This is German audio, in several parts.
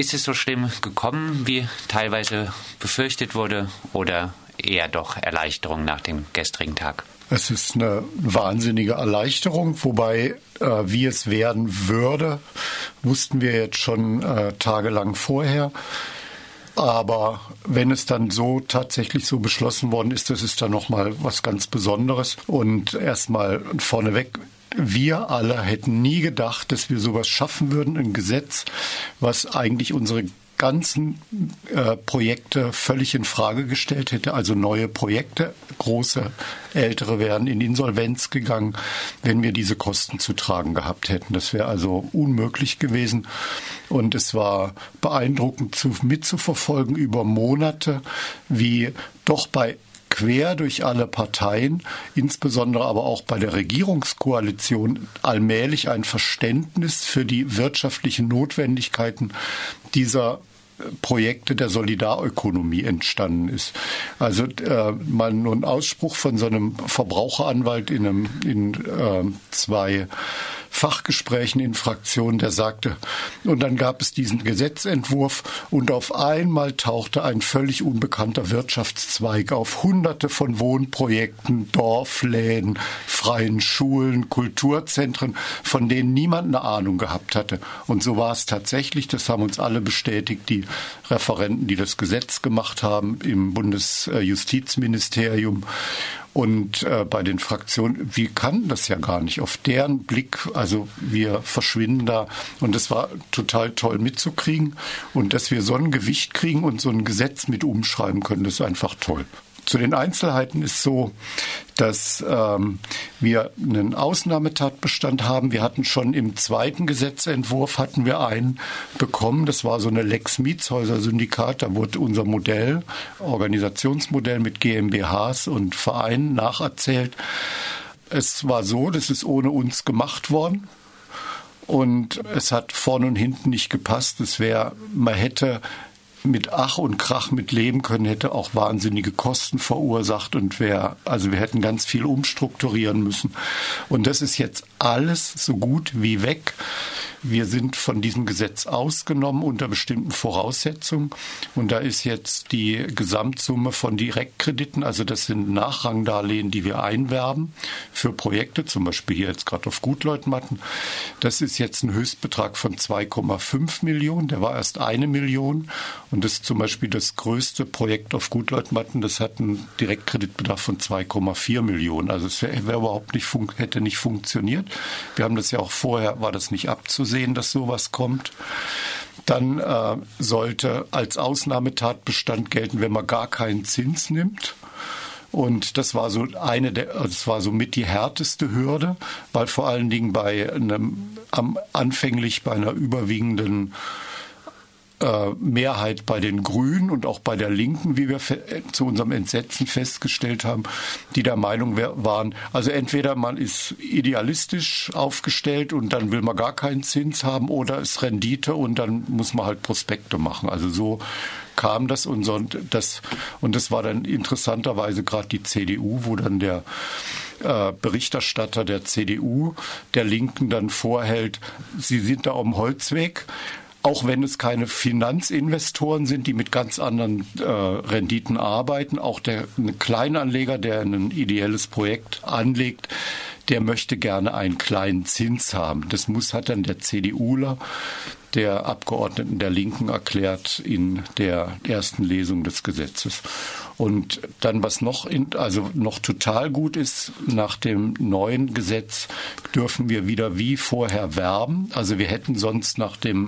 Ist es so schlimm gekommen, wie teilweise befürchtet wurde, oder eher doch Erleichterung nach dem gestrigen Tag? Es ist eine wahnsinnige Erleichterung, wobei, wie es werden würde, wussten wir jetzt schon tagelang vorher. Aber wenn es dann so tatsächlich so beschlossen worden ist, das ist dann nochmal was ganz Besonderes. Und erstmal vorneweg, wir alle hätten nie gedacht, dass wir sowas schaffen würden, ein Gesetz, was eigentlich unsere ganzen Projekte völlig in Frage gestellt hätte, also neue Projekte, große, ältere wären in Insolvenz gegangen, wenn wir diese Kosten zu tragen gehabt hätten. Das wäre also unmöglich gewesen. Und es war beeindruckend mitzuverfolgen über Monate, wie doch quer durch alle Parteien, insbesondere aber auch bei der Regierungskoalition, allmählich ein Verständnis für die wirtschaftlichen Notwendigkeiten dieser Projekte der Solidarökonomie entstanden ist. Also mal nur ein Ausspruch von so einem Verbraucheranwalt in zwei Fachgesprächen in Fraktionen, der sagte, und dann gab es diesen Gesetzentwurf und auf einmal tauchte ein völlig unbekannter Wirtschaftszweig auf, hunderte von Wohnprojekten, Dorfläden, freien Schulen, Kulturzentren, von denen niemand eine Ahnung gehabt hatte. Und so war es tatsächlich, das haben uns alle bestätigt, die Referenten, die das Gesetz gemacht haben im Bundesjustizministerium. Und bei den Fraktionen, wir kannten das ja gar nicht. Auf deren Blick, also wir verschwinden da. Und es war total toll mitzukriegen. Und dass wir so ein Gewicht kriegen und so ein Gesetz mit umschreiben können, das ist einfach toll. Zu den Einzelheiten ist so, dass wir einen Ausnahmetatbestand haben. Wir hatten schon im zweiten Gesetzentwurf hatten wir einen bekommen. Das war so eine Lex Mietshäuser-Syndikat. Da wurde unser Modell, Organisationsmodell mit GmbHs und Vereinen nacherzählt. Es war so, das ist ohne uns gemacht worden. Und es hat vorne und hinten nicht gepasst. Man hätte mit Ach und Krach mit leben können, hätte auch wahnsinnige Kosten verursacht und wir hätten ganz viel umstrukturieren müssen. Und das ist jetzt alles so gut wie weg. Wir sind von diesem Gesetz ausgenommen unter bestimmten Voraussetzungen. Und da ist jetzt die Gesamtsumme von Direktkrediten, also das sind Nachrangdarlehen, die wir einwerben für Projekte, zum Beispiel hier jetzt gerade auf Gutleutmatten. Das ist jetzt ein Höchstbetrag von 2,5 Millionen. Der war erst 1 Million. Und das ist zum Beispiel das größte Projekt auf Gutleutmatten. Das hat einen Direktkreditbedarf von 2,4 Millionen. Also es hätte nicht funktioniert. Wir haben das ja auch vorher, war das nicht abzusehen, dass sowas kommt. Dann sollte als Ausnahmetatbestand gelten, wenn man gar keinen Zins nimmt. Und das war so das war somit die härteste Hürde, weil vor allen Dingen anfänglich bei einer überwiegenden Mehrheit bei den Grünen und auch bei der Linken, wie wir zu unserem Entsetzen festgestellt haben, die der Meinung waren, also entweder man ist idealistisch aufgestellt und dann will man gar keinen Zins haben oder ist Rendite und dann muss man halt Prospekte machen. Also so kam das und das war dann interessanterweise gerade die CDU, wo dann der Berichterstatter der CDU der Linken dann vorhält, sie sind da am Holzweg. Auch wenn es keine Finanzinvestoren sind, die mit ganz anderen Renditen arbeiten, auch ein Kleinanleger, der ein ideelles Projekt anlegt, der möchte gerne einen kleinen Zins haben. Das hat dann der CDUler, der Abgeordneten der Linken, erklärt in der ersten Lesung des Gesetzes. Und dann, was noch total gut ist, nach dem neuen Gesetz dürfen wir wieder wie vorher werben. Also wir hätten sonst nach der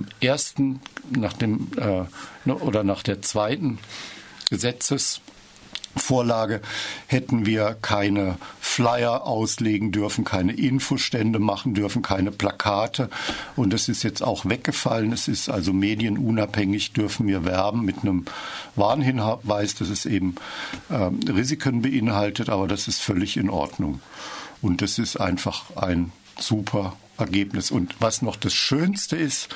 zweiten Gesetzesvorlage hätten wir keine Flyer auslegen dürfen, keine Infostände machen dürfen, keine Plakate. Und das ist jetzt auch weggefallen. Es ist also medienunabhängig, dürfen wir werben mit einem Warnhinweis, dass es eben Risiken beinhaltet, aber das ist völlig in Ordnung. Und das ist einfach ein super Ergebnis. Und was noch das Schönste ist,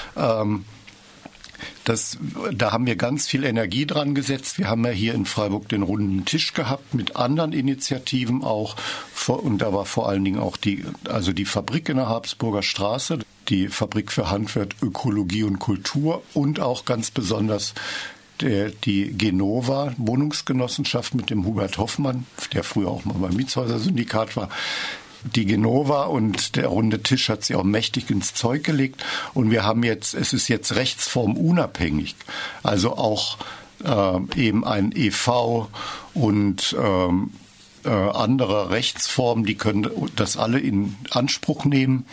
da haben wir ganz viel Energie dran gesetzt. Wir haben ja hier in Freiburg den runden Tisch gehabt mit anderen Initiativen auch. Und da war vor allen Dingen auch die Fabrik in der Habsburger Straße. die Fabrik für Handwerk, Ökologie und Kultur und auch ganz besonders die Genova Wohnungsgenossenschaft mit dem Hubert Hoffmann, der früher auch mal beim Mietshäuser-Syndikat war. Die Genova und der runde Tisch hat sie auch mächtig ins Zeug gelegt. Und wir haben jetzt, es ist jetzt rechtsformunabhängig. Also auch eben ein EV und andere Rechtsformen, die können das alle in Anspruch nehmen.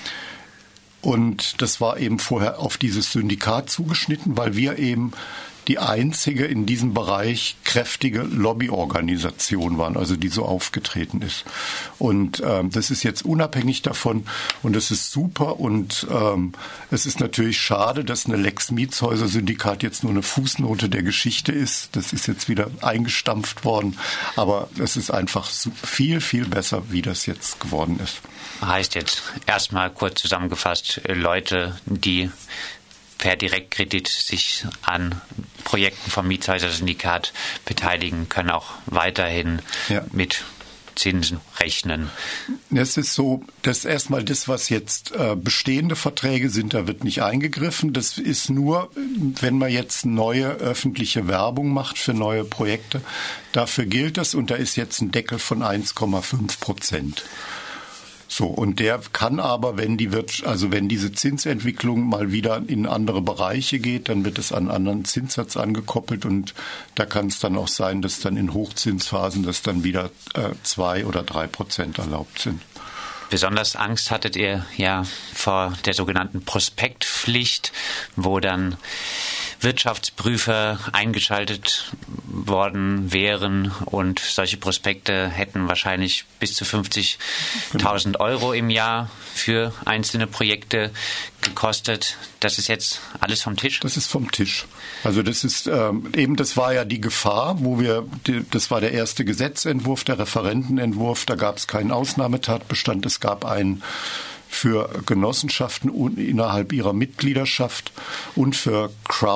Und das war eben vorher auf dieses Syndikat zugeschnitten, weil wir eben die einzige in diesem Bereich kräftige Lobbyorganisation waren, also die so aufgetreten ist. Und das ist jetzt unabhängig davon und das ist super und es ist natürlich schade, dass eine Lex Mietshäuser-Syndikat jetzt nur eine Fußnote der Geschichte ist. Das ist jetzt wieder eingestampft worden, aber es ist einfach viel, viel besser, wie das jetzt geworden ist. Heißt jetzt erstmal kurz zusammengefasst, Leute, die per Direktkredit sich an Projekten vom Mietshäuser-Syndikat beteiligen, können auch weiterhin mit Zinsen rechnen. Es ist so, dass erstmal das, was jetzt bestehende Verträge sind, da wird nicht eingegriffen. Das ist nur, wenn man jetzt neue öffentliche Werbung macht für neue Projekte. Dafür gilt das und da ist jetzt ein Deckel von 1,5%. So, und der kann aber, wenn diese Zinsentwicklung mal wieder in andere Bereiche geht, dann wird es an einen anderen Zinssatz angekoppelt und da kann es dann auch sein, dass dann in Hochzinsphasen das dann wieder 2 oder 3% erlaubt sind. Besonders Angst hattet ihr ja vor der sogenannten Prospektpflicht, wo dann Wirtschaftsprüfer eingeschaltet worden wären und solche Prospekte hätten wahrscheinlich bis zu 50.000 Euro im Jahr für einzelne Projekte gekostet. Das ist jetzt alles vom Tisch? Das ist vom Tisch. Also das ist das war ja die Gefahr, das war der erste Gesetzentwurf, der Referentenentwurf, da gab es keinen Ausnahmetatbestand, es gab einen für Genossenschaften innerhalb ihrer Mitgliedschaft und für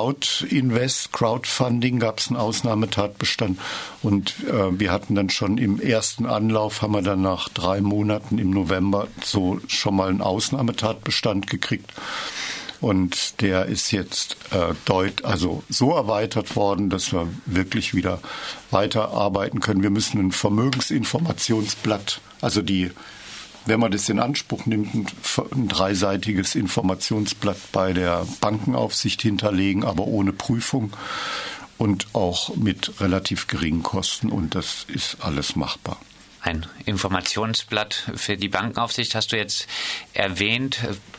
Crowdfunding gab es einen Ausnahmetatbestand und wir hatten dann schon im ersten Anlauf, haben wir dann nach 3 Monaten im November so schon mal einen Ausnahmetatbestand gekriegt. Und der ist jetzt so erweitert worden, dass wir wirklich wieder weiterarbeiten können. Wir müssen ein Vermögensinformationsblatt, wenn man das in Anspruch nimmt, ein 3-seitiges Informationsblatt bei der Bankenaufsicht hinterlegen, aber ohne Prüfung und auch mit relativ geringen Kosten. Und das ist alles machbar. Ein Informationsblatt für die Bankenaufsicht hast du jetzt erwähnt.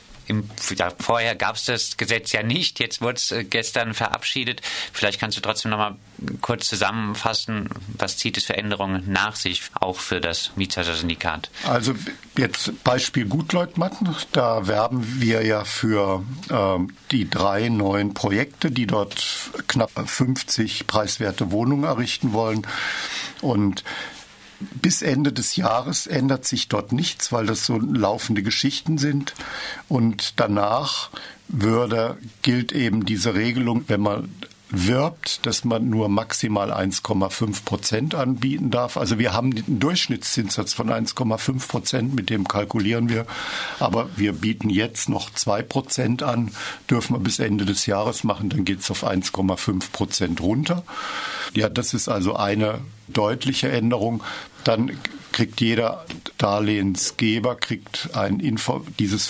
Vorher gab es das Gesetz ja nicht, jetzt wurde es gestern verabschiedet. Vielleicht kannst du trotzdem noch mal kurz zusammenfassen, was zieht es für Änderungen nach sich, auch für das Mietshäuser-Syndikat? Also jetzt Beispiel Gutleutmatten, da werben wir ja für die 3 neuen Projekte, die dort knapp 50 preiswerte Wohnungen errichten wollen und bis Ende des Jahres ändert sich dort nichts, weil das so laufende Geschichten sind. Und danach gilt eben diese Regelung, wenn man wirbt, dass man nur maximal 1,5% anbieten darf. Also wir haben einen Durchschnittszinssatz von 1,5%, mit dem kalkulieren wir. Aber wir bieten jetzt noch 2% an, dürfen wir bis Ende des Jahres machen, dann geht es auf 1,5% runter. Ja, das ist also eine deutliche Änderung. Dann kriegt jeder Darlehensgeber dieses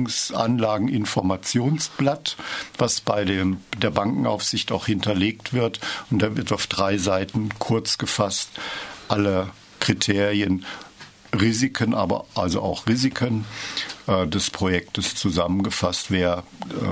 Vermögensanlageninformationsblatt, was bei der Bankenaufsicht auch hinterlegt wird. Und da wird auf 3 Seiten kurz gefasst alle Kriterien, Risiken, aber also auch Risiken des Projektes zusammengefasst, wer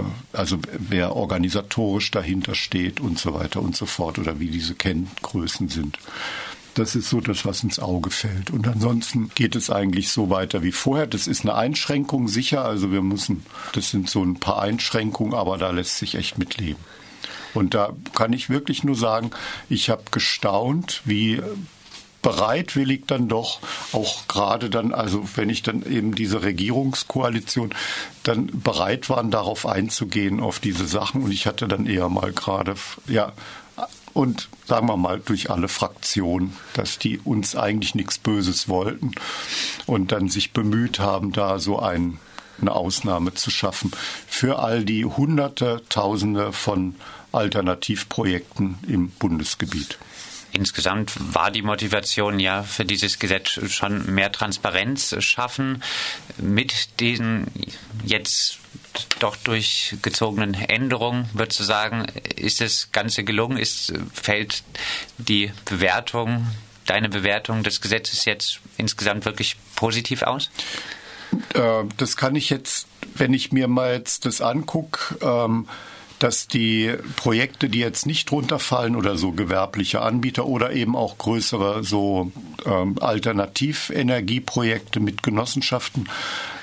organisatorisch dahinter steht und so weiter und so fort oder wie diese Kenngrößen sind. Das ist so das, was ins Auge fällt. Und ansonsten geht es eigentlich so weiter wie vorher. Das ist eine Einschränkung, sicher. Also das sind so ein paar Einschränkungen, aber da lässt sich echt mit leben. Und da kann ich wirklich nur sagen, ich habe gestaunt, wie bereitwillig dann doch, auch gerade dann, also wenn ich dann eben diese Regierungskoalition dann bereit waren, darauf einzugehen, auf diese Sachen. Und ich hatte dann eher mal gerade, und sagen wir mal durch alle Fraktionen, dass die uns eigentlich nichts Böses wollten und dann sich bemüht haben, da so ein eine Ausnahme zu schaffen für all die Hunderte, Tausende von Alternativprojekten im Bundesgebiet. Insgesamt war die Motivation ja für dieses Gesetz schon mehr Transparenz schaffen. Mit diesen jetzt doch durchgezogenen Änderungen, würdest du sagen, ist das Ganze gelungen? Fällt die Bewertung, deine Bewertung des Gesetzes jetzt insgesamt wirklich positiv aus? Das kann ich jetzt, wenn ich mir mal jetzt das angucke, dass die Projekte, die jetzt nicht runterfallen oder so gewerbliche Anbieter oder eben auch größere so Alternativenergieprojekte mit Genossenschaften,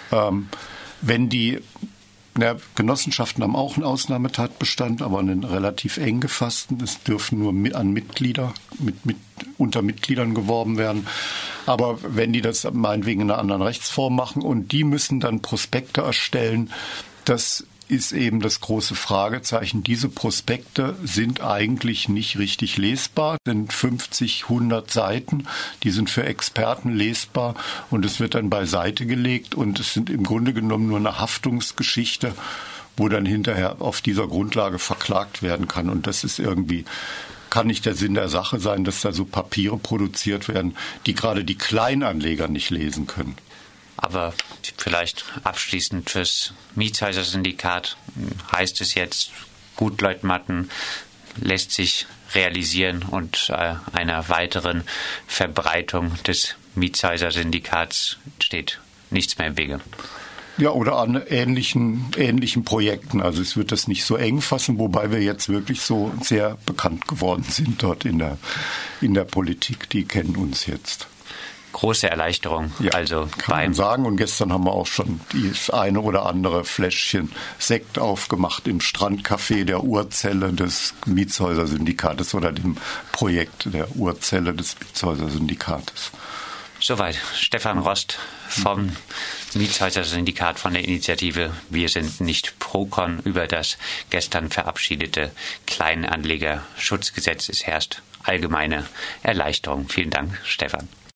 wenn die Genossenschaften haben auch einen Ausnahmetatbestand, aber einen relativ eng gefassten. Es dürfen nur an Mitglieder, unter Mitgliedern geworben werden. Aber wenn die das meinetwegen in einer anderen Rechtsform machen und die müssen dann Prospekte erstellen, das ist eben das große Fragezeichen. Diese Prospekte sind eigentlich nicht richtig lesbar, sind 50, 100 Seiten, die sind für Experten lesbar und es wird dann beiseite gelegt und es sind im Grunde genommen nur eine Haftungsgeschichte, wo dann hinterher auf dieser Grundlage verklagt werden kann und das ist irgendwie, kann nicht der Sinn der Sache sein, dass da so Papiere produziert werden, die gerade die Kleinanleger nicht lesen können. Aber vielleicht abschließend fürs Mietshäuser-Syndikat heißt es jetzt, Gutleutmatten lässt sich realisieren und einer weiteren Verbreitung des Mietshäuser-Syndikats steht nichts mehr im Wege. Ja, oder an ähnlichen Projekten. Also es wird das nicht so eng fassen, wobei wir jetzt wirklich so sehr bekannt geworden sind dort in der Politik. Die kennen uns jetzt. Große Erleichterung. Ja, also kann man sagen. Und gestern haben wir auch schon das eine oder andere Fläschchen Sekt aufgemacht im Strandcafé der Urzelle des Mietshäuser-Syndikates oder dem Projekt der Urzelle des Mietshäuser-Syndikates. Soweit Stefan Rost vom Mietshäuser-Syndikat von der Initiative Wir sind nicht Procon über das gestern verabschiedete Kleinanlegerschutzgesetz. Es herrscht allgemeine Erleichterung. Vielen Dank, Stefan.